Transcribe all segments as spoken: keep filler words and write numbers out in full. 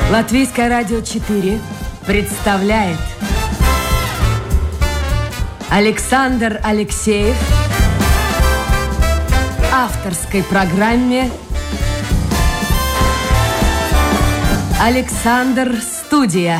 Латвийское радио четыре представляет Александр Алексеев в авторской программе «Александр Студия».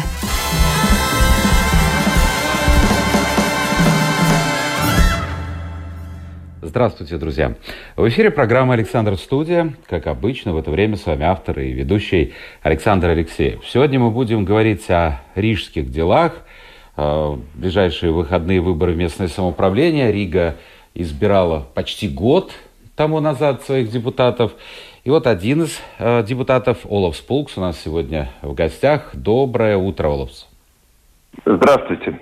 Здравствуйте, друзья! В эфире программа «Александр Студия». Как обычно, в это время с вами автор и ведущий Александр Алексеев. Сегодня мы будем говорить о рижских делах. В ближайшие выходные выборы в местное самоуправление. Рига избирала почти год тому назад своих депутатов. И вот один из депутатов, Олафс Пулкс, у нас сегодня в гостях. Доброе утро, Олафс. Здравствуйте.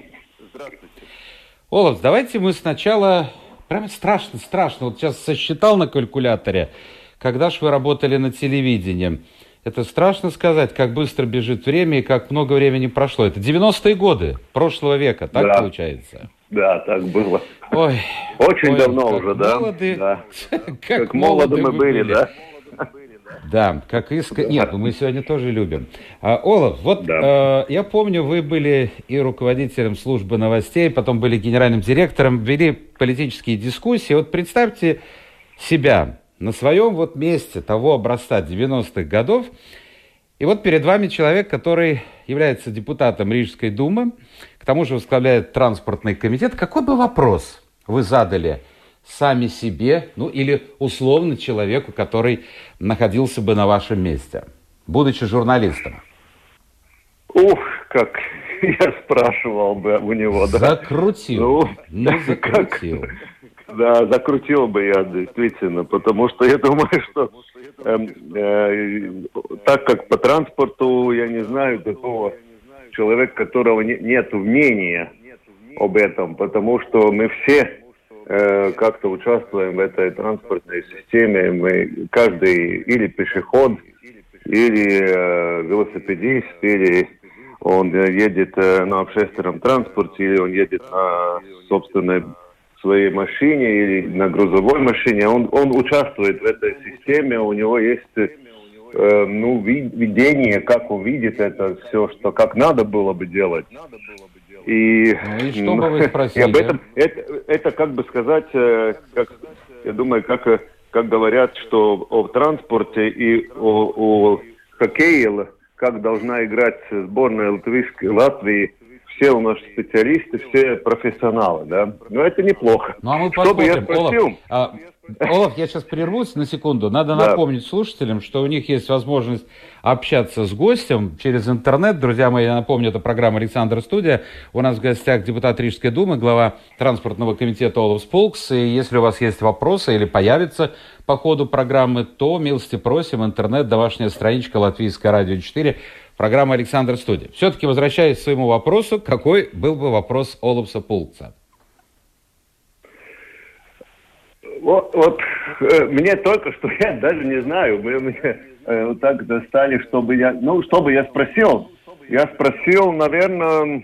Олафс, давайте мы сначала... Прямо страшно, страшно. Вот сейчас сосчитал на калькуляторе, когда же вы работали на телевидении. Это страшно сказать, как быстро бежит время и как много времени прошло. Это девяностые годы прошлого века, так да. Получается? Да, так было. Ой, Очень ой, давно уже, да? Молоды, да. Как, как молоды мы были, были, да? Да, как иск... Да. Нет, мы сегодня тоже любим. А, Олаф, вот да. э, я помню, вы были и руководителем службы новостей, потом были генеральным директором, вели политические дискуссии. Вот представьте себя на своем вот месте того образца девяностых годов, и вот перед вами человек, который является депутатом Рижской думы, к тому же возглавляет транспортный комитет. Какой бы вопрос вы задали сами себе, ну или условно человеку, который находился бы на вашем месте, будучи журналистом? Ух, как я спрашивал бы у него, да? Закрутил. Ну, ну закрутил. Как, да, закрутил бы я, действительно, потому что я думаю, что э, э, так как по транспорту, я не знаю такого человека, которого не, нет мнения об этом, потому что мы все как-то участвуем в этой транспортной системе. Мы каждый или пешеход, или э, велосипедист, или он едет э, на общественном транспорте, или он едет на собственной своей машине, или на грузовой машине. Он, он участвует в этой системе, у него есть э, ну, видение, как он видит это все, что как надо было бы делать. И, ну, и что бы вы спросили? И об этом, это, это, как бы сказать, как, я думаю, как, как говорят, что о транспорте и о, о хоккее, как должна играть сборная Латвийской, Латвии, все у нас специалисты, все профессионалы, да. Но это неплохо. Ну, а мы что бы я спросил? Олаф, а, Олаф, я сейчас прервусь на секунду. Надо да. напомнить слушателям, что у них есть возможность общаться с гостем через интернет. Друзья мои, я напомню, это программа «Александр Студия». У нас в гостях депутат Рижской думы, глава транспортного комитета Олафс Пулкс. И если у вас есть вопросы или появятся по ходу программы, то милости просим. Интернет, домашняя страничка Латвийское радио четыре. Программа «Александр Студия». Все-таки возвращаясь к своему вопросу, какой был бы вопрос Олафса Пулкса? Вот, вот э, мне только что, я даже не знаю, мы меня э, вот так достали, чтобы я, ну, чтобы я спросил, я спросил, наверное,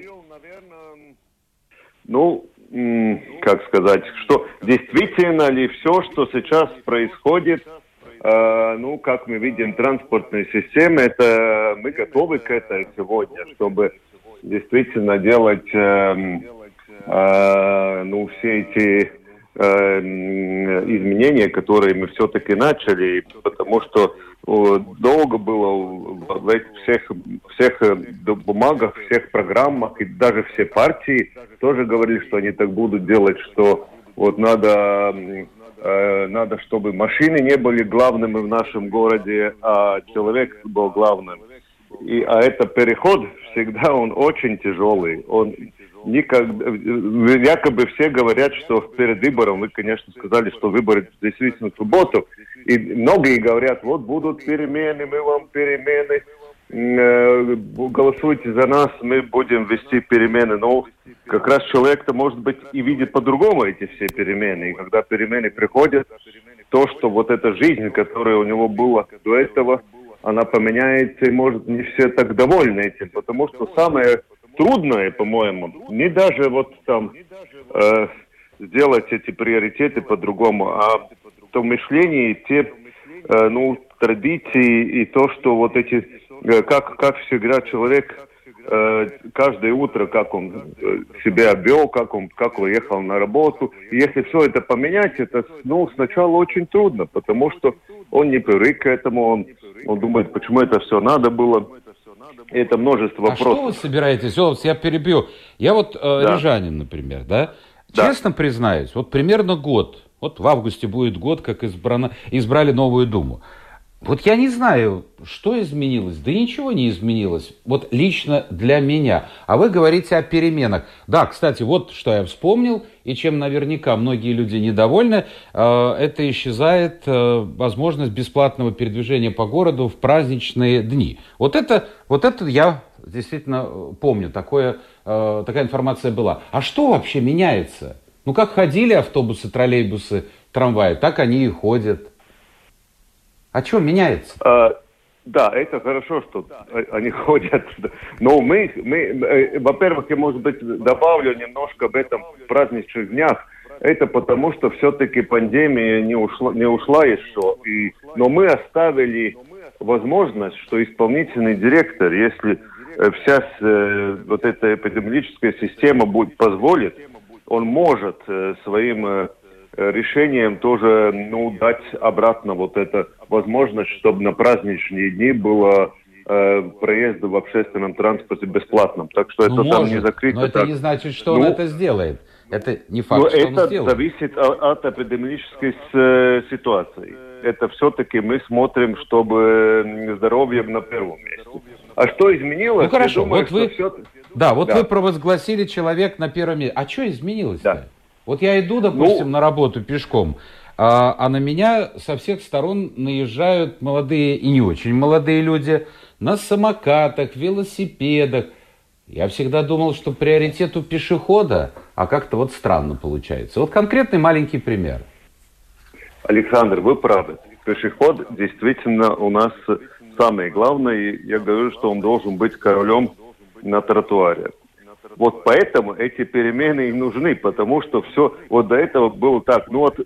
ну, м, как сказать, что действительно ли все, что сейчас происходит, э, ну, как мы видим, транспортной системы, это мы готовы к этому сегодня, чтобы действительно делать, э, э, ну, все эти изменения, которые мы все-таки начали, потому что долго было в этих всех, всех бумагах, всех программах, и даже все партии тоже говорили, что они так будут делать, что вот надо, надо, чтобы машины не были главными в нашем городе, а человек был главным. И, а это переход всегда, он очень тяжелый, он Никогда, якобы все говорят, что перед выбором, вы, конечно, сказали, что выборы действительно в субботу, и многие говорят, вот будут перемены, мы вам перемены, э, голосуйте за нас, мы будем вести перемены. Но как раз человек-то, может быть, и видит по-другому эти все перемены. И когда перемены приходят, то, что вот эта жизнь, которая у него была до этого, она поменяется, и, может, не все так довольны этим, потому что самое трудное, по-моему, не даже вот там э, сделать эти приоритеты по-другому, а то мышление, те э, ну, традиции и то, что вот эти э, как, как всегда человек э, каждое утро, как он э, себя вел, как он, как он ехал на работу. И если все это поменять, это ну, сначала очень трудно, потому что он не привык к этому, он, он думает, почему это все надо было. Это множество вопросов. А что вы собираетесь? Вот, я перебью. Я вот э, да. рижанин, например, да? Да. Честно признаюсь, вот примерно год, вот в августе будет год, как избрано, избрали новую Думу. Вот я не знаю, что изменилось. Да ничего не изменилось. Вот лично для меня. А вы говорите о переменах. Да, кстати, вот что я вспомнил, и чем наверняка многие люди недовольны, э, это исчезает э, возможность бесплатного передвижения по городу в праздничные дни. Вот это, вот это я действительно помню. Такое, э, такая информация была. А что вообще меняется? Ну, как ходили автобусы, троллейбусы, трамваи, так они и ходят. А что меняется? А, да, это хорошо, что они ходят. Но мы, мы, во-первых, я, может быть, добавлю немножко об этом в праздничных днях. Это потому, что все-таки пандемия не ушла, не ушла еще. И, но мы оставили возможность, что исполнительный директор, если вся э, вот эта эпидемиологическая система будет позволит, он может э, своим э, решением тоже ну, дать обратно вот эту возможность, чтобы на праздничные дни было э, проезд в общественном транспорте бесплатным. Так что ну, это может, там не закрыто. Но это так. не значит, что ну, он это сделает. Это не факт, но что это он сделает. зависит от, от эпидемиологической э, ситуации. Это все-таки мы смотрим, чтобы здоровье на первом месте. А что изменилось? Ну хорошо, думаю, вот вы, все... да, вот да. вы провозгласили человек на первом месте. А что изменилось-то? Да. Вот я иду, допустим, ну... на работу пешком, а, а на меня со всех сторон наезжают молодые и не очень молодые люди на самокатах, велосипедах. Я всегда думал, что приоритет у пешехода, а как-то вот странно получается. Вот конкретный маленький пример. Александр, вы правы. Пешеход действительно у нас самое главное. И я говорю, что он должен быть королем на тротуаре. Вот поэтому эти перемены и нужны, потому что все вот до этого было так. Ну вот,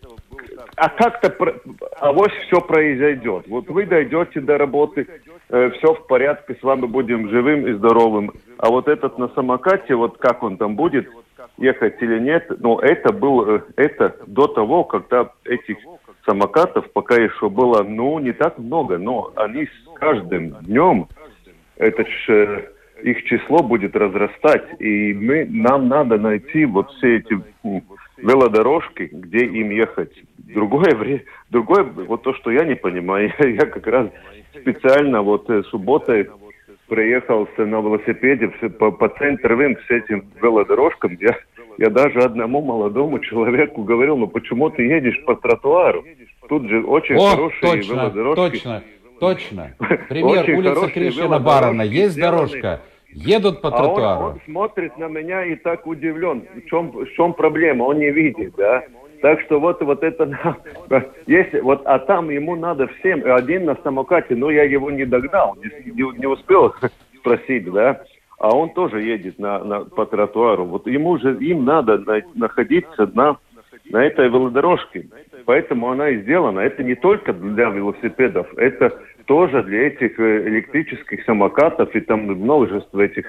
а как-то авось все произойдет. Вот вы дойдете до работы, э, все в порядке, с вами будем живым и здоровым. А вот этот на самокате, вот как он там будет ехать или нет, ну это было, это до того, когда этих самокатов пока еще было, ну не так много, но они с каждым днем, это ж их число будет разрастать, и мы, нам надо найти вот все эти велодорожки, где им ехать. Другое время, другое, вот то, что я не понимаю, я, я как раз специально вот субботой приехал на велосипеде по, по центровым с этим велодорожкам, я, я даже одному молодому человеку говорил, ну почему ты едешь по тротуару? Тут же очень О, хорошие точно, велодорожки. Точно, точно. Пример, Очень улица Кришина Барона. Есть дорожка. Едут по тротуару. А он, он смотрит на меня и так удивлен. В чем, в чем проблема? Он не видит, да? Так что вот, вот это... Если, вот, а там ему надо всем... Один на самокате, но я его не догнал, не, не, не успел спросить, да? А он тоже едет на, на, по тротуару. Вот ему же, им надо на, находиться на, на этой велодорожке. Поэтому она и сделана. Это не только для велосипедов, это тоже для этих электрических самокатов и там множество этих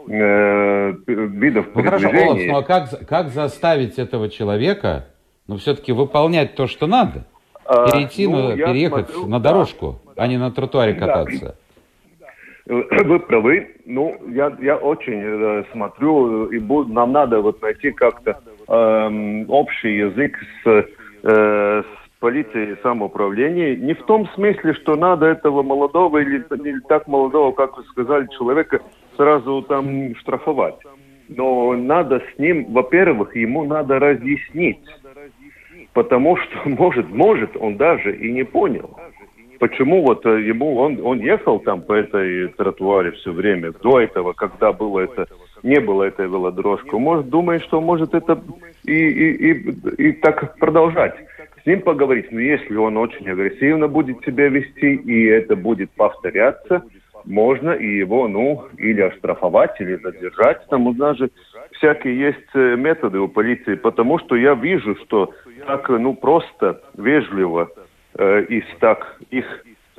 э, видов ну, передвижения. Хорошо, Олаф, ну а как, как заставить этого человека, ну, все-таки выполнять то, что надо? Перейти, а, ну, на, переехать смотрю, на дорожку, да, а не на тротуаре кататься? Да. Вы правы. Ну, я, я очень э, смотрю, и буд, нам надо вот найти как-то э, общий язык с, э, с полицией и самоуправлением. Не в том смысле, что надо этого молодого или, или так молодого, как вы сказали, человека сразу там штрафовать. Но надо с ним, во-первых, ему надо разъяснить. Потому что, может, может, он даже и не понял. Почему вот ему, он, он ехал там по этой тротуаре все время, до этого, когда было это, не было этой велодорожки, может, думает, что может это и, и, и, и так продолжать. С ним поговорить, но если он очень агрессивно будет себя вести, и это будет повторяться, можно и его, ну, или оштрафовать, или задержать. Там у нас же всякие есть методы у полиции, потому что я вижу, что так, ну, просто, вежливо, э, и так их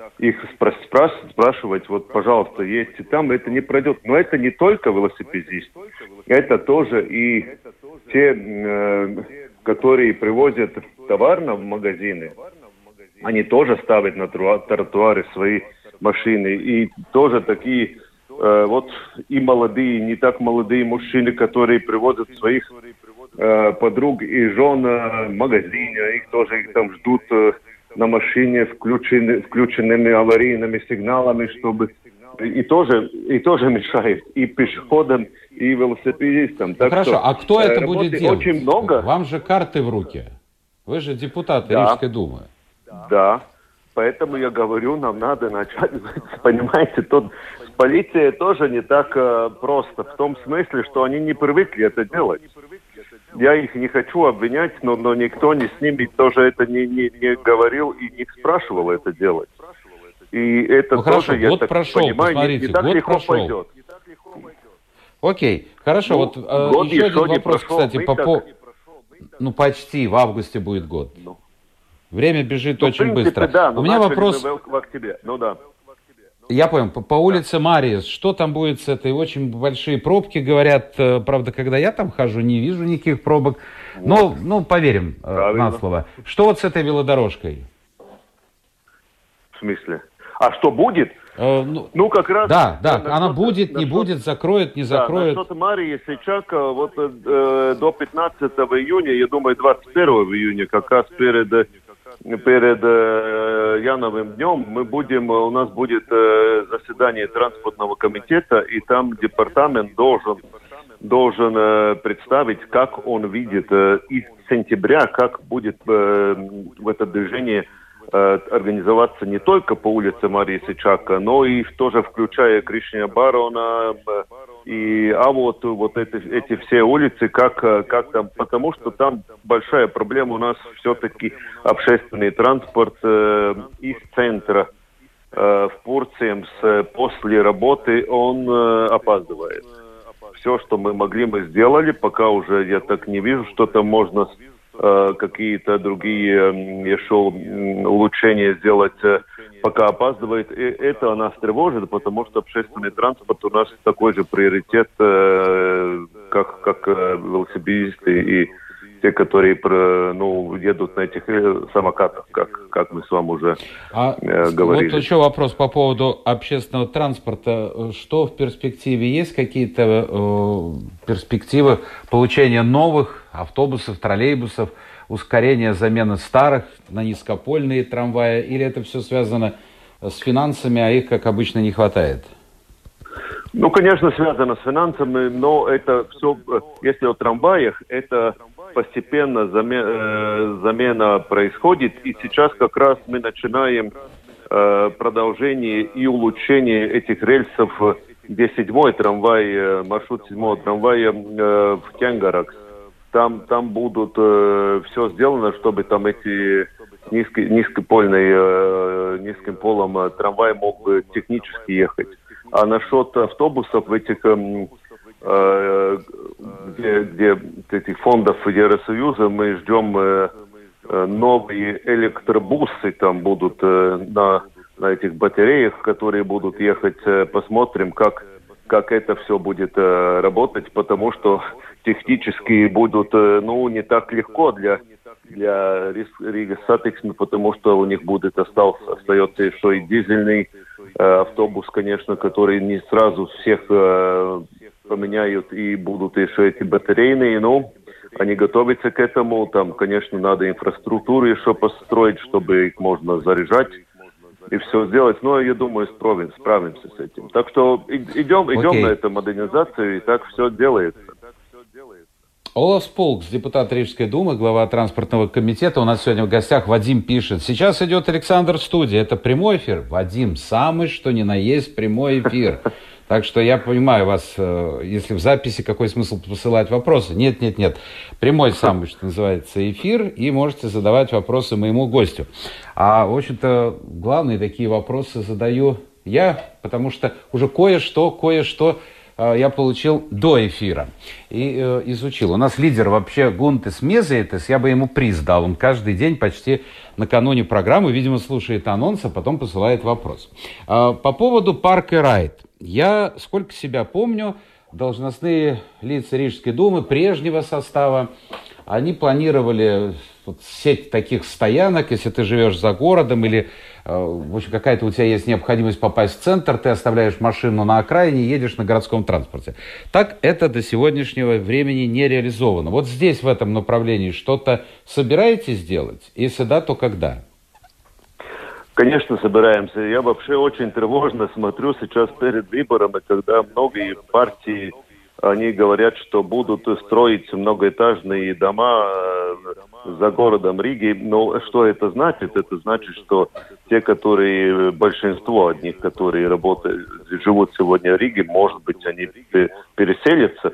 их спра- спра- спрашивать, вот, пожалуйста, есть и там, это не пройдет. Но это не только велосипедисты, это тоже и те, э, которые привозят товар в магазины, они тоже ставят на тротуары свои машины. И тоже такие э, вот и молодые, и не так молодые мужчины, которые привозят своих э, подруг и жен в магазине, их тоже их там ждут э, на машине включены, включенными аварийными сигналами, чтобы и тоже, и тоже мешает и пешеходам, и велосипедистам. Так Хорошо, что, а кто это э, будет делать? Очень много. Вам же карты в руке. Вы же депутат Да. Рижской думы. Да, поэтому я говорю, нам надо начать, понимаете, тут с полицией тоже не так э, просто, в том смысле, что они не привыкли это делать. Я их не хочу обвинять, но, но никто не с ними тоже это не, не, не говорил и не спрашивал это делать. И это ну, тоже, хорошо, я год так прошел, понимаю, посмотрите, не, не так год легко прошел. пойдет. Окей, хорошо, Ну, вот э, год еще один еще не вопрос, прошел, кстати, мы по так- по... Ну, почти, в августе будет год. Ну. Время бежит Ну, очень в принципе, быстро. да, но У меня начали вопрос, мы в, в октябре. Ну да. я понял, по, по улице Мариес, что там будет с этой? Очень большие пробки, говорят. э, Правда, когда я там хожу, не вижу никаких пробок. Но, ну, поверим э, Правильно. на слово. Что вот с этой велодорожкой? В смысле? А что будет? Э, ну, Ну, как раз... да, да, насчет- она будет, не насчет- будет, закроет, не Да, закроет. насчет Марии сейчас вот э, до пятнадцатого июня, я думаю, двадцать первого июня, как раз перед, э, перед э, Яновым днем, мы будем, у нас будет э, заседание транспортного комитета, и там департамент должен, должен э, представить, как он видит э, из сентября, как будет э, в это движение э, организоваться не только по улице Марии Сичака, но и тоже включая Кришня Барона э, и а вот вот эти, эти все улицы, как э, как там, потому что там большая проблема у нас все-таки общественный транспорт э, из центра э, в Пурцем с после работы он э, опаздывает. Все, что мы могли, мы сделали, пока уже я так не вижу, что там можно э, какие-то другие э, еще м, улучшения сделать, э, пока опаздывает. И это нас тревожит, потому что общественный транспорт у нас такой же приоритет, э, как, как э, велосипедисты и те, которые про, ну, едут на этих э, самокатах, как, как мы с вами уже А э, говорили. вот еще вопрос по поводу общественного транспорта. Что в перспективе? Есть какие-то э, перспективы получения новых автобусов, троллейбусов, ускорения замены старых на низкопольные трамваи? Или это все связано с финансами, а их, как обычно, не хватает? Ну, конечно, связано с финансами, но это все, если о трамваях, это постепенно замена, э, замена происходит, и сейчас как раз мы начинаем э, продолжение и улучшение этих рельсов, где седьмой трамвай, э, маршрут седьмого трамвая э, в Кенгаракс. Там, там будут э, все сделано, чтобы там эти низко, низкопольные, э, низким полом э, трамвай мог бы технически ехать. А насчет автобусов в этих э, э, где, где этих фондов Евросоюза мы ждем э, э, новые электробусы, там будут э, на, на этих батареях, которые будут ехать. Э, посмотрим, как, как это все будет э, работать, потому что технически будут, э, ну, не так легко для для Рига Сатексми, потому что у них будет остался, остается еще и дизельный э, автобус, конечно, который не сразу всех э, поменяют, и будут еще эти батарейные, но они готовятся к этому. Там, конечно, надо инфраструктуру еще построить, чтобы их можно заряжать и все сделать. Но я думаю, справим, справимся с этим. Так что идем, идем Окей. на эту модернизацию, и так все делается. Олаф Спулкс, депутат Рижской думы, глава транспортного комитета. У нас сегодня в гостях Вадим пишет. Сейчас идет Александр в студии. Это прямой эфир. Вадим, самый что ни на есть прямой эфир. Так что я понимаю вас, если в записи, какой смысл посылать вопросы? Нет, нет, нет. Прямой самый, что называется, эфир. И можете задавать вопросы моему гостю. А, в общем-то, главные такие вопросы задаю я, потому что уже кое-что, кое-что я получил до эфира и э, изучил. У нас лидер вообще Гунтес Мезейтес, я бы ему приз дал. Он каждый день почти накануне программы, видимо, слушает анонс, а потом посылает вопрос. Э, по поводу Park and Ride. Я, сколько себя помню, должностные лица Рижской думы прежнего состава, они планировали вот сеть таких стоянок, если ты живешь за городом или, в общем, какая-то у тебя есть необходимость попасть в центр, ты оставляешь машину на окраине и едешь на городском транспорте. Так это до сегодняшнего времени не реализовано. Вот здесь, в этом направлении, что-то собираетесь делать? Если да, то когда? Конечно, собираемся. Я вообще очень тревожно смотрю сейчас перед выборами, когда многие партии, они говорят, что будут строить многоэтажные дома за городом Риги. Но что это значит? Это значит, что те, которые, большинство от них, которые работают, живут сегодня в Риге, может быть, они переселятся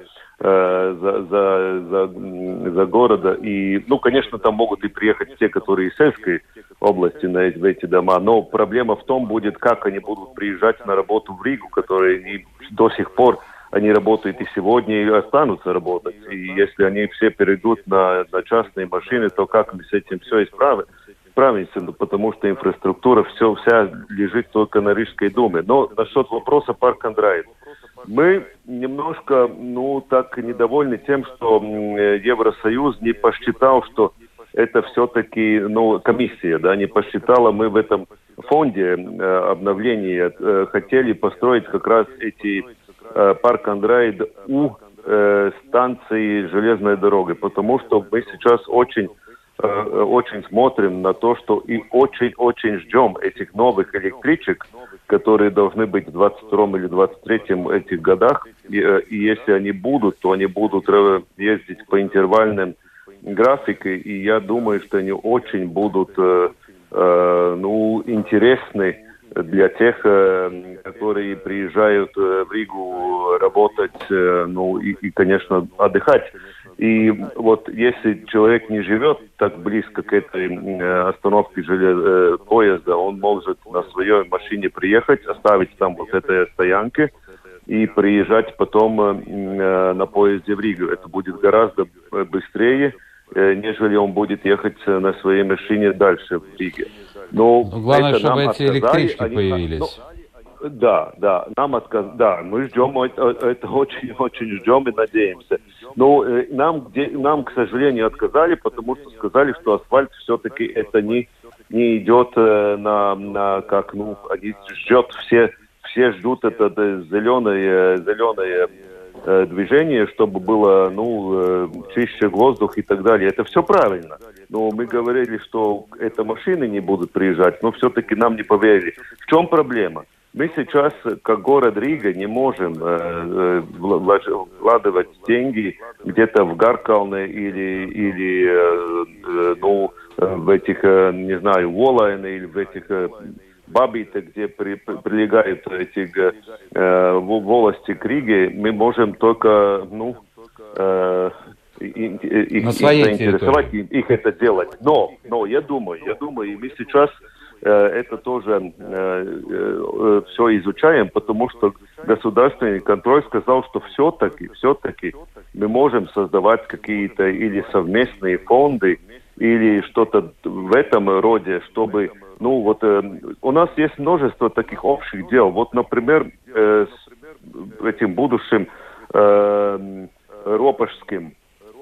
э, за, за, за, за города. И, ну, конечно, там могут и приехать те, которые из сельской области на эти, в эти дома. Но проблема в том будет, как они будут приезжать на работу в Ригу, которые не, до сих пор они работают и сегодня, и останутся работать. И если они все перейдут на, на частные машины, то как мы с этим все исправим? Справимся, потому что инфраструктура все, вся лежит только на Рижской думе. Но насчет вопроса Park and Ride. Мы немножко, ну, так недовольны тем, что Евросоюз не посчитал, что это все-таки, ну, комиссия, да, не посчитала. Мы в этом фонде э, обновления э, хотели построить как раз эти Park and Ride у э, станции железной дороги, потому что мы сейчас очень, э, очень смотрим на то, что и очень-очень ждем этих новых электричек, которые должны быть в двадцать втором или двадцать третьем этих годах, и, э, и если они будут, то они будут ездить по интервальным графикам, и я думаю, что они очень будут э, э, ну, интересны для тех, которые приезжают в Ригу работать, ну и, и, конечно, отдыхать. И вот если человек не живет так близко к этой остановке желез... поезда, он может на своей машине приехать, оставить там вот этой стоянке и приезжать потом на поезде в Ригу. Это будет гораздо быстрее, нежели он будет ехать на своей машине дальше в Риге. Но ну, главное, чтобы эти отказали, электрички они, появились. Ну, да, да, нам отказ, да, мы ждем, это, это очень, очень ждем и надеемся. Но э, нам, где, нам, к сожалению, отказали, потому что сказали, что асфальт все-таки это не, не идет э, на, на, как, ну, они ждет, все, все ждут это, это зеленое, зеленое э, движение, чтобы было, ну, э, чище воздух и так далее. Это все правильно. Но мы говорили, что это машины не будут приезжать, но все-таки нам не поверили. В чем проблема? Мы сейчас, как город Рига, не можем э, вкладывать деньги где-то в Гаркалне или, или э, э, ну, в этих, э, не знаю, Волайне или в этих э, Бабите, где при, при, прилегают эти э, волости к Риге. Мы можем только, ну, э, их, на своей их заинтересовать, их, их это делать. Но, но я думаю, я думаю, и мы сейчас э, это тоже э, э, все изучаем, потому что государственный контроль сказал, что все-таки, все-таки мы можем создавать какие-то или совместные фонды, или что-то в этом роде, чтобы, ну вот, э, у нас есть множество таких общих дел. Вот, например, э, с этим будущим э, Ропожским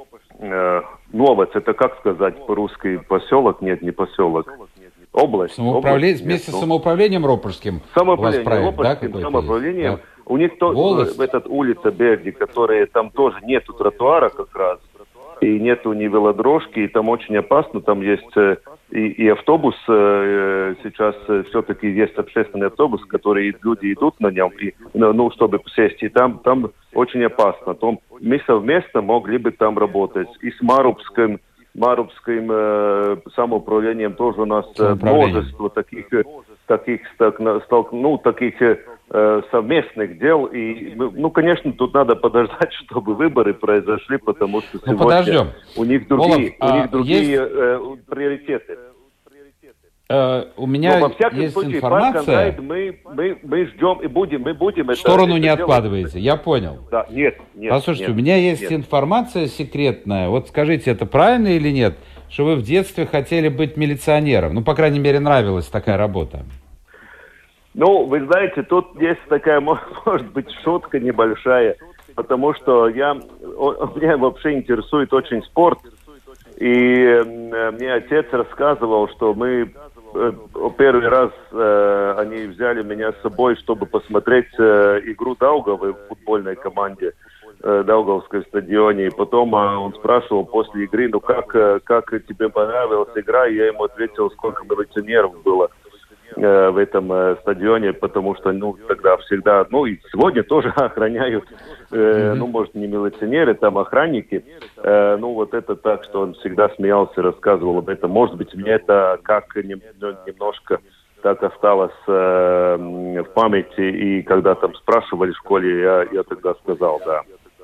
Новоц, это как сказать по-русски, поселок? Нет, не поселок. Область. Самоуправление, область вместе нет, с самоуправлением Ропожским. Самоуправление Ропожским, да, самоуправлением. Да. У них то, в этот улица Берди, которая там тоже нету тротуара как раз, и нету ни велодорожки, и там очень опасно, там есть и, и автобус, э, сейчас все-таки есть общественный автобус, который люди идут на нем, и, ну, чтобы сесть, и там, там очень опасно. Там мы совместно могли бы там работать. И с Марубским, Марубским э, самоуправлением тоже у нас э, множество таких, таких, так, ну, таких э, совместных дел. И, ну, конечно, тут надо подождать, чтобы выборы произошли, потому что сегодня ну, подождем. у них другие, Олаф, у них а другие есть... э, приоритеты. Э, у меня Но, во всяком есть случае, информация... мы, мы, мы ждем и будем, мы будем... В это, сторону это не делать. откладываете, я понял. Да, нет, нет. Послушайте, нет, у меня есть нет. информация секретная. Вот скажите, это правильно или нет, что вы в детстве хотели быть милиционером? Ну, по крайней мере, нравилась такая работа. Ну, вы знаете, тут есть такая, может быть, шутка небольшая, потому что я, о, меня вообще интересует очень спорт. И э, мне отец рассказывал, что мы э, первый раз э, они взяли меня с собой, чтобы посмотреть э, игру Даугавы в футбольной команде э, Даугавском стадионе. И потом э, он спрашивал после игры, ну как, э, как тебе понравилась игра? И я ему ответил, сколько милиционеров было в этом э, стадионе, потому что, ну, тогда всегда, ну, и сегодня тоже охраняют, э, mm-hmm. ну, может, не милиционеры, там охранники, э, ну, вот это так, что он всегда смеялся, рассказывал об этом. Может быть, мне это как не, немножко так осталось э, в памяти, и когда там спрашивали в школе, я, я тогда сказал, да.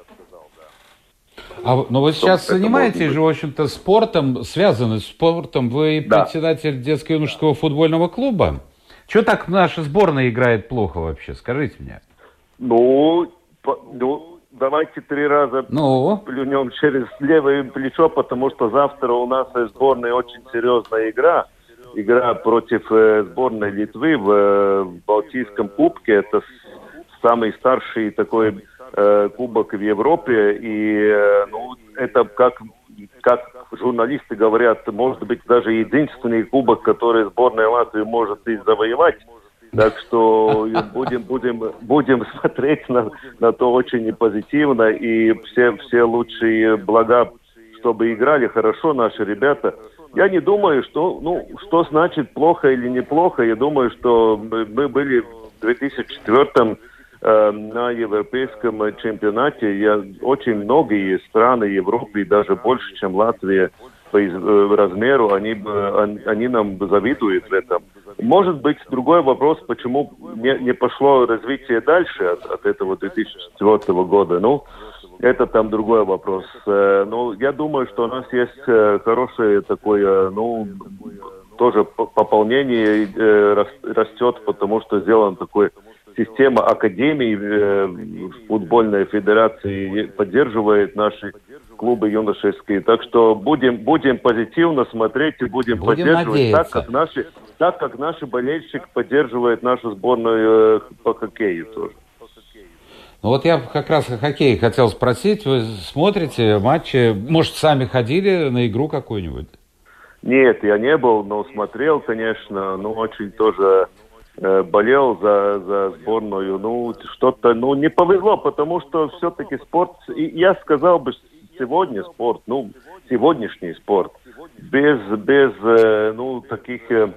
А, ну вы сейчас занимаетесь же, в общем-то, спортом, связаны с спортом. Вы да. председатель детско-юношеского футбольного клуба. Чего так наша сборная играет плохо вообще? Скажите мне. Ну, по, ну давайте три раза ну? плюнем через левое плечо, потому что завтра у нас в сборной очень серьезная игра. Игра против э, сборной Литвы в, э, в Балтийском кубке. Это самый старший такой... кубок в Европе, и ну, это, как, как журналисты говорят, может быть, даже единственный кубок, который сборная Латвии может и завоевать. Так что будем, будем, будем смотреть на, на то очень позитивно, и все, все лучшие блага, чтобы играли хорошо наши ребята. Я не думаю, что, ну, что значит плохо или неплохо. Я думаю, что мы, мы были в две тысячи четвёртом на европейском чемпионате. Я, очень многие страны Европы, даже больше, чем Латвия по размеру, они, они нам завидуют в этом. Может быть, другой вопрос, почему не, не пошло развитие дальше от, от этого две тысячи четвёртого года. Ну, это там другой вопрос. Ну, я думаю, что у нас есть хорошее такое, ну, тоже пополнение растет, потому что сделан такой система академий э, футбольной федерации поддерживает наши клубы юношеские. Так что будем, будем позитивно смотреть и будем, будем поддерживать, так как, наши, так как наши болельщики поддерживают нашу сборную э, по хоккею тоже. Ну вот я как раз о хоккее хотел спросить. Вы смотрите матчи, может, сами ходили на игру какую-нибудь? Нет, я не был, но смотрел, конечно, ну очень тоже... болел за, за сборную, ну, что-то, ну, не повезло, потому что все-таки спорт, и я сказал бы, сегодня спорт, ну, сегодняшний спорт, без, без, ну, таких, э,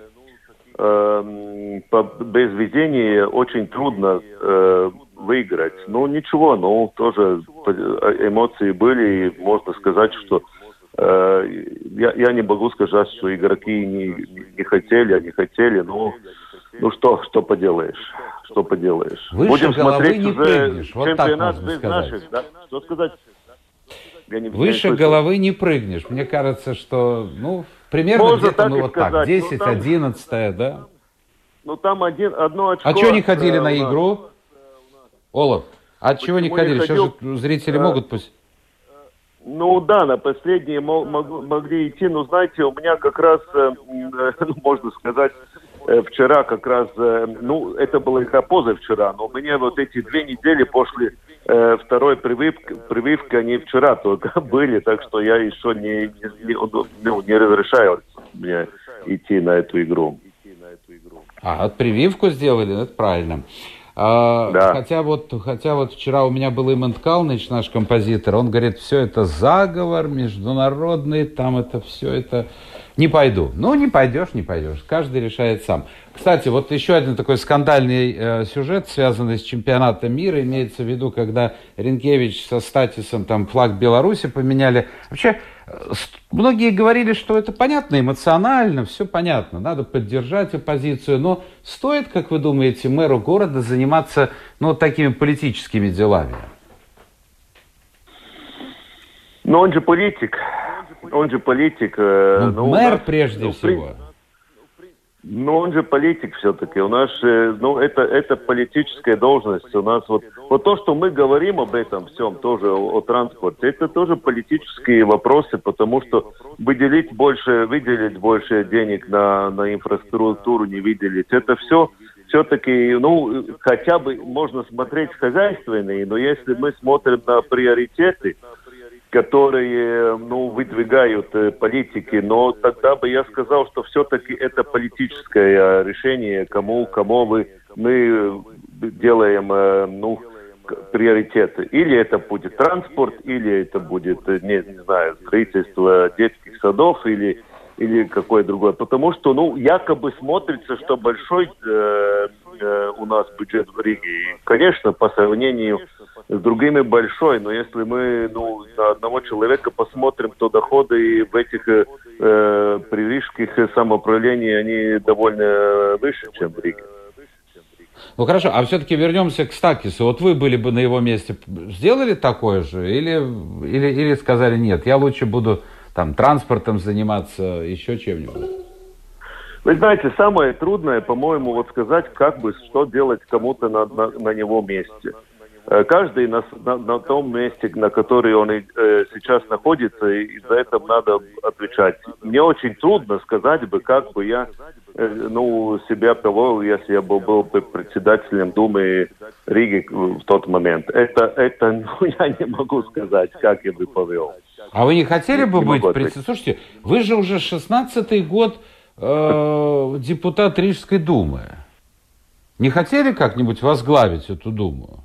без везения очень трудно э, выиграть. Ну, ничего, ну, тоже эмоции были, и можно сказать, что э, я, я не могу сказать, что игроки не, не хотели, они хотели, но ну что, что поделаешь, что поделаешь. Выше Будем смотреть не уже прыгнешь, вот чемпионат так без сказать. наших, да? Что сказать? Я не, Выше не головы не прыгнешь. Мне кажется, что, ну, примерно можно где-то так мы и вот сказать. так, десять, ну, там, одиннадцать, да? Ну там один, одно очко. А чего не ходили э, на игру? Олаф, а чего не ходили? не Сейчас же зрители э, могут... Пусть... Ну да, на последние могли идти, но знаете, у меня как раз, э, ну, можно сказать, вчера как раз, ну, это была игра позавчера, но у меня вот эти две недели после э, второй прививки, прививки, они вчера только были, так что я еще не, не, не, не разрешаю мне идти на эту игру. А, от прививку сделали, это правильно. А, да. хотя, вот, хотя вот вчера у меня был Имант Калныч, наш композитор, он говорит, все это заговор международный, там это все это... Не пойду. Ну, не пойдешь, не пойдешь. Каждый решает сам. Кстати, вот еще один такой скандальный э, сюжет, связанный с чемпионатом мира, имеется в виду, когда Ренкевич со Статисом там флаг Беларуси поменяли. Вообще, э, многие говорили, что это понятно, эмоционально, все понятно, надо поддержать оппозицию, но стоит, как вы думаете, мэру города заниматься, ну, такими политическими делами? Но он же политик. Он же политик. Э, ну, ну, мэр нас, прежде ну, всего. Ну, он же политик все-таки. У нас, ну, это, это политическая должность. У нас вот, вот то, что мы говорим об этом всем, тоже о, о транспорте, это тоже политические вопросы, потому что выделить больше, выделить больше денег на, на инфраструктуру, не выделить, это все все-таки, ну, хотя бы можно смотреть хозяйственные, но если мы смотрим на приоритеты, которые, ну, выдвигают э, политики, но тогда бы я сказал, что все-таки это политическое решение, кому, кому вы, мы делаем, э, ну, приоритеты. Или это будет транспорт, или это будет, не, не знаю, строительство детских садов, или, или какое другое. Потому что, ну, якобы смотрится, что большой э, э, у нас бюджет в Риге. И, конечно, по сравнению с другими большой, но если мы, ну, на одного человека посмотрим, то доходы в этих э, пририжских самоуправлений, они довольно выше, чем в Риге. Ну хорошо, а все-таки вернемся к Стакису. Вот вы были бы на его месте, сделали такое же? Или, или, или сказали, нет, я лучше буду там транспортом заниматься, еще чем-нибудь? Вы знаете, самое трудное, по-моему, вот сказать, как бы, что делать кому-то на, на, на него месте. Каждый на, на, на том месте, на котором он э, сейчас находится, и за это надо отвечать. Мне очень трудно сказать бы, как бы я э, ну, себя повел, если я был, был бы председателем Думы Риги в тот момент. Это, это ну, я не могу сказать, как я бы повел. А вы не хотели бы не быть председателем? Слушайте, вы же уже шестнадцатый год э, депутат Рижской Думы. Не хотели как-нибудь возглавить эту Думу?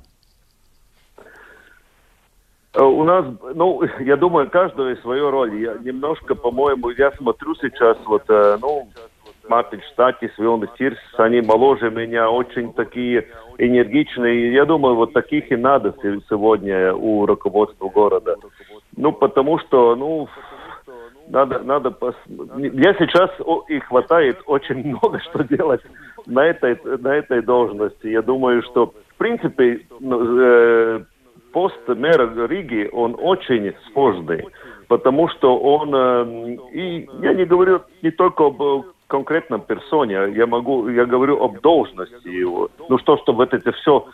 У нас, ну, я думаю, каждого свою роль. Я немножко, по-моему, я смотрю сейчас, вот, ну, Мартин Стакис, Вилнис Тирс, они моложе меня, очень такие энергичные. Я думаю, вот таких и надо сегодня у руководства города. Ну, потому что, ну, надо, надо, пос... я сейчас, и хватает очень много что делать на этой, на этой должности. Я думаю, что, в принципе, э, пост мэра Риги, он очень сложный, потому что он, э, и я не говорю не только об конкретном персоне, я могу, я говорю об должности его. Ну что, чтобы это, это все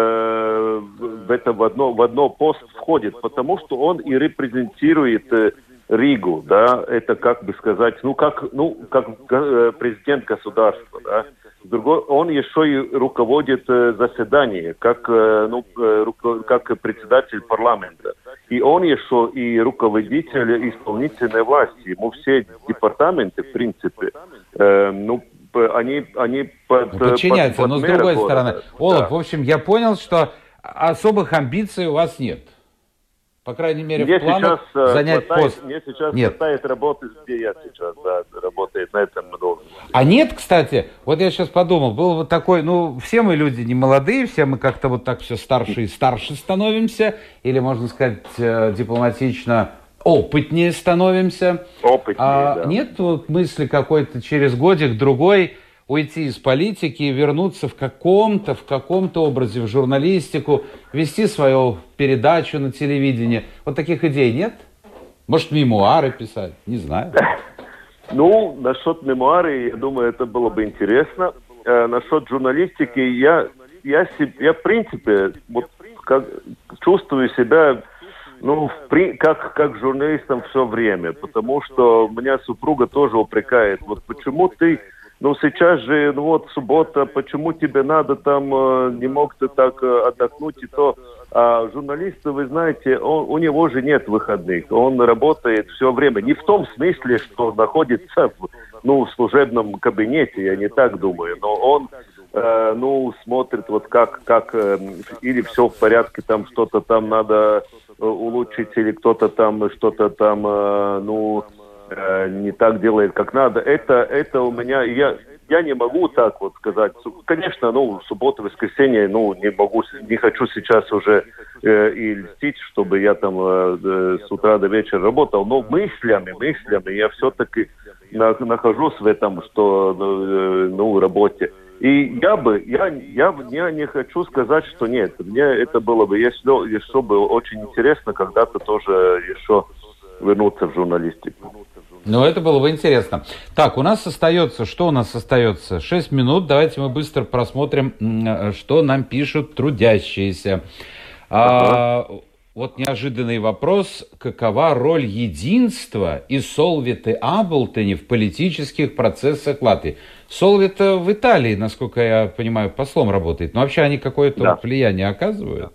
э, в это в одно, в одно пост входит, потому что он и репрезентирует э, Ригу, да, это как бы сказать, ну как, ну как э, президент государства, да. Другой, он еще и руководит э, заседанием, как, э, ну, э, руко, как председатель парламента. И он еще и руководитель исполнительной власти. Ему все департаменты, в принципе, э, ну, они, они под, подчиняются. под, под но с другой города. стороны, Олаф, Да. в общем, я понял, что особых амбиций у вас нет. По крайней мере, мне в планах сейчас, занять хватает, пост. Мне сейчас нет. хватает работы, где я сейчас, да, работает на этом должности. А нет, кстати, вот я сейчас подумал, был вот такой, ну, все мы люди не молодые, все мы как-то вот так все старше и старше становимся, или, можно сказать, дипломатично, опытнее становимся. Опытнее, а да. Нет вот мысли какой-то через годик-другой уйти из политики и вернуться в каком-то, в каком-то образе в журналистику, вести свою передачу на телевидении. Вот таких идей нет? Может, мемуары писать? Не знаю. Ну, насчет мемуары, я думаю, это было бы интересно. Э, насчет журналистики, я, я, я в принципе, вот, как, чувствую себя, ну, в при, как, как журналистом все время, потому что меня супруга тоже упрекает. Вот почему ты... Ну, сейчас же, ну вот, суббота, почему тебе надо там, э, не мог ты так э, отдохнуть и то. А журналисты, вы знаете, он, у него же нет выходных, он работает все время. Не в том смысле, что находится в, ну, в служебном кабинете, я не так думаю, но он, э, ну, смотрит вот как, как э, или все в порядке, там что-то там надо э, улучшить, или кто-то там что-то там, э, ну... не так делает, как надо. Это, это у меня, я, я не могу так вот сказать. Конечно, ну, суббота, воскресенье, ну, не могу, не хочу сейчас уже э, и льстить, чтобы я там э, с утра до вечера работал, но мыслями, мыслями я все-таки на, нахожусь в этом, что, э, ну, работе. И я бы, я, я, я не хочу сказать, что нет. Мне это было бы, если, если бы очень интересно когда-то тоже еще вернуться в журналистику. Ну, это было бы интересно. Так, у нас остается, что у нас остается? Шесть минут. Давайте мы быстро просмотрим, что нам пишут трудящиеся. Ага. А, вот неожиданный вопрос. Какова роль единства и Солвиты Аблтени в политических процессах Латвии? Солвита в Италии, насколько я понимаю, послом работает. Но вообще они какое-то да. влияние оказывают?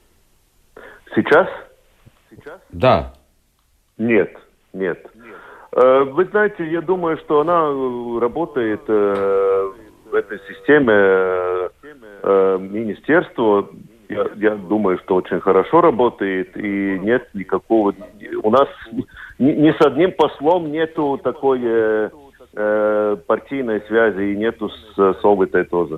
Сейчас? Сейчас? Да. Нет, нет. Вы знаете, я думаю, что она работает в этой системе министерства. Я, я думаю, что очень хорошо работает, и нет никакого... У нас ни, ни с одним послом нету такой э, партийной связи, и нету с Солвитой тоже.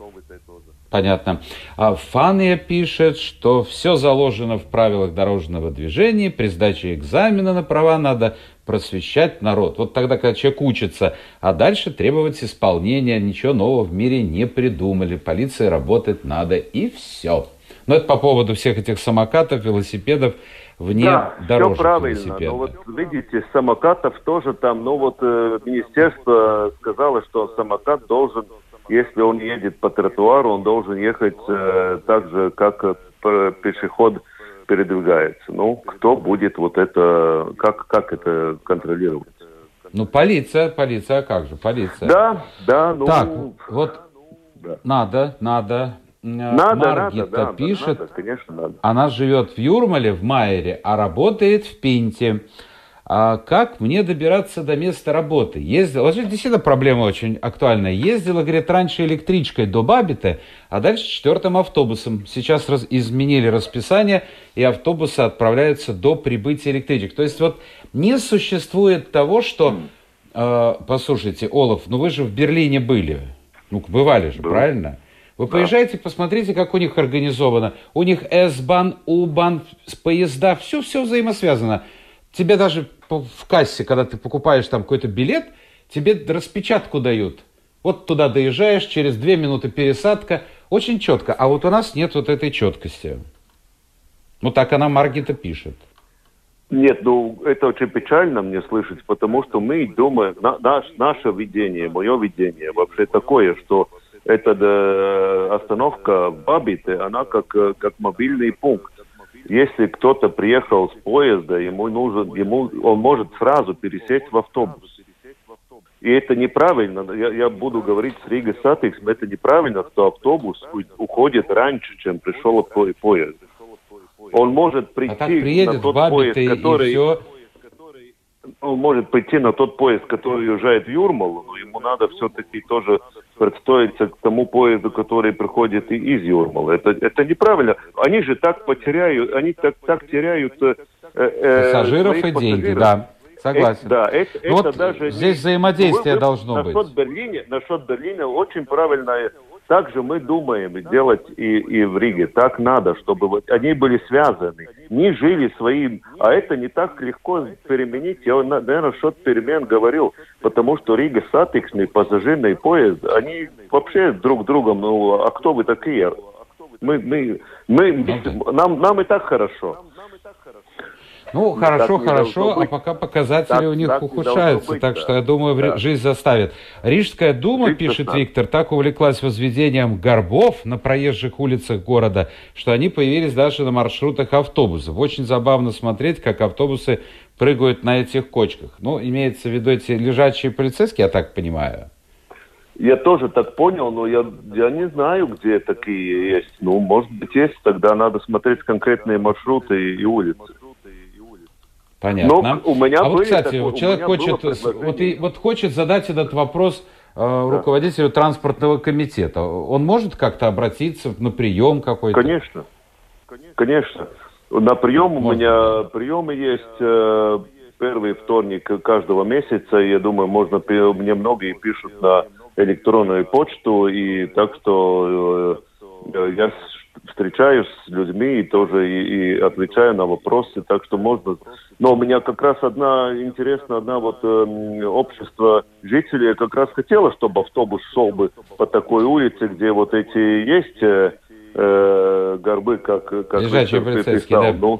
Понятно. А Фания пишет, что все заложено в правилах дорожного движения, при сдаче экзамена на права надо просвещать народ. Вот тогда, когда человек учится, а дальше требовать исполнения, ничего нового в мире не придумали. Полиции работать надо, и все. Но это по поводу всех этих самокатов, велосипедов, вне да, дорожек все правильно. велосипеда. Но вот видите, самокатов тоже там, ну вот э, министерство сказало, что самокат должен, если он едет по тротуару, он должен ехать э, так же, как э, пешеход передвигается. Ну, кто будет вот это, как, как это контролировать? Ну, полиция, полиция, а как же, полиция. Да, да, ну... Так, вот да. надо, надо... Надо, Маргита надо, пишет, надо, конечно, надо. Она живет в Юрмале, в Майере, а работает в Пинте. А как мне добираться до места работы? Ездила, вот действительно проблема очень актуальная. Ездила, говорит, раньше электричкой до Бабита, а дальше четвертым автобусом. Сейчас раз, изменили расписание, и автобусы отправляются до прибытия электричек. То есть вот не существует того, что... Mm. Э, послушайте, Олаф, ну вы же в Берлине были. Ну, бывали же, Был. правильно? Вы да. поезжайте, посмотрите, как у них организовано. У них С-бан, У-бан, поезда, все-все взаимосвязано. Тебе даже в кассе, когда ты покупаешь там какой-то билет, тебе распечатку дают. Вот туда доезжаешь, через две минуты пересадка. Очень четко. А вот у нас нет вот этой четкости. Ну, так она, Маргита, пишет. Нет, ну, это очень печально мне слышать, потому что мы думаем, на, наш, наше видение, мое видение вообще такое, что эта э, остановка в Бабите, она как, как мобильный пункт. Если кто-то приехал с поезда, ему нужен, ему, он может сразу пересесть в автобус. И это неправильно. Я, я буду говорить с Рига Сатикс, это неправильно, что автобус уходит раньше, чем пришел поезд. Он может прийти а на тот поезд, который... Он может прийти на тот поезд, который уезжает в Юрмалу, но ему надо все-таки тоже представиться к тому поезду, который приходит из Юрмалы. Это, это неправильно. Они же так потеряют, они так, так теряют э, э, пассажиров и пассажиров. деньги, да. Согласен. Это, да, это, ну, это вот даже здесь не... взаимодействие вы, вы, должно насчет быть. Берлине, насчет Берлина очень правильно. Так же мы думаем делать и, и в Риге. Так надо, чтобы вот они были связаны, не жили своим. А это не так легко переменить. Я, наверное, насчет перемен говорил, потому что Рига Сатиксный пассажирный поезд, они вообще друг другом, ну, а кто вы такие? Мы, мы, мы, мы нам, нам и так хорошо. Ну, хорошо, хорошо, а пока показатели так, у них так ухудшаются, быть, так да. что, я думаю, да. жизнь заставит. Рижская дума, жизнь пишет заставит. Виктор, так увлеклась возведением горбов на проезжих улицах города, что они появились даже на маршрутах автобусов. Очень забавно смотреть, как автобусы прыгают на этих кочках. Ну, имеется в виду эти лежачие полицейские, я так понимаю. Я тоже так понял, но я, я не знаю, где такие есть. Ну, может быть, есть, тогда надо смотреть конкретные маршруты и улицы. Понятно. У меня а вот, кстати, такое, человек хочет, вот, и, вот хочет задать этот вопрос э, да. руководителю транспортного комитета. Он может как-то обратиться на прием какой-то? Конечно. Конечно. На прием Можно. у меня приемы есть э, первый вторник каждого месяца. Я думаю, можно, мне многие пишут на электронную почту, и так что э, я встречаюсь с людьми и тоже и, и отвечаю на вопросы, так что можно. Но у меня как раз одна интересная, одна вот э, общество жителей как раз хотело, чтобы автобус шел бы по такой улице, где вот эти есть э, э, горбы, как как лежачие полицейские, да. Ну,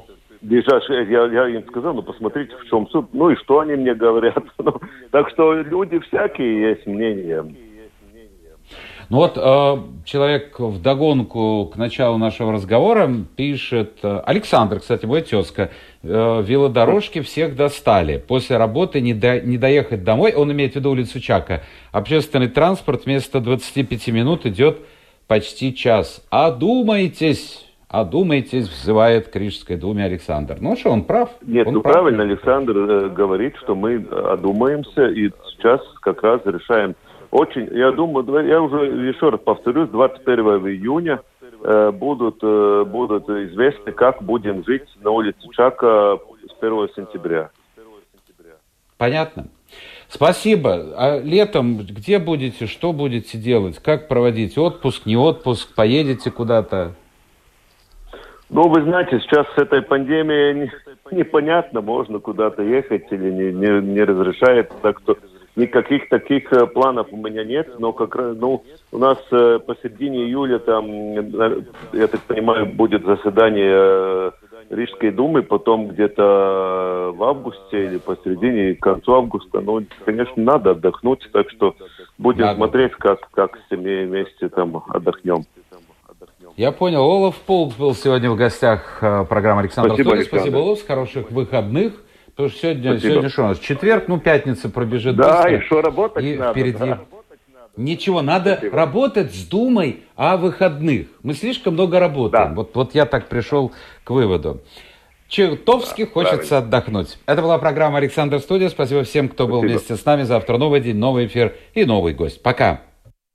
Я, я им сказал, ну посмотрите, в чем суть. Ну и что они мне говорят. Ну, так что люди всякие, есть мнения. Ну вот э, человек вдогонку к началу нашего разговора пишет, э, Александр, кстати, мой тезка, э, велодорожки всех достали. После работы не, до, не доехать домой, он имеет в виду улицу Чака, общественный транспорт вместо двадцати пяти минут идет почти час. Одумайтесь, одумайтесь, взывает к Рижской думе Александр. Ну что, он прав? Нет, он ну прав. правильно, Александр э, говорит, что мы одумаемся и сейчас как раз решаем. Очень, я думаю, я уже еще раз повторюсь, двадцать первого июня э, будут, э, будут известны, как будем жить на улице Чака с первого сентября. Понятно. Спасибо. А летом где будете, что будете делать? Как проводить отпуск, не отпуск? Поедете куда-то? Ну, вы знаете, сейчас с этой пандемией не, непонятно, можно куда-то ехать или не, не, не разрешает, так что никаких таких э, планов у меня нет, но как раз, ну, у нас э, посередине июля там, э, я так понимаю, будет заседание э, Рижской думы, потом где-то в августе или посередине, к концу августа, ну, конечно, надо отдохнуть, так что будем надо смотреть, как, как с семьей вместе там отдохнем. Я понял. Олаф Пулк был сегодня в гостях э, программы Александр Спасибо, Студия. Александр. Спасибо, Олаф, хороших выходных. Потому что сегодня, Спасибо. сегодня что у нас? Четверг, ну, пятница пробежит да, быстро. И что работать и надо. впереди... Да. Ничего, надо Спасибо. работать с Думой о выходных. Мы слишком много работаем. Да. Вот, вот я так пришел к выводу. Чертовски да, хочется правильно. Отдохнуть. Это была программа Александр Студия. Спасибо всем, кто Спасибо. Был вместе с нами. Завтра новый день, новый эфир и новый гость. Пока.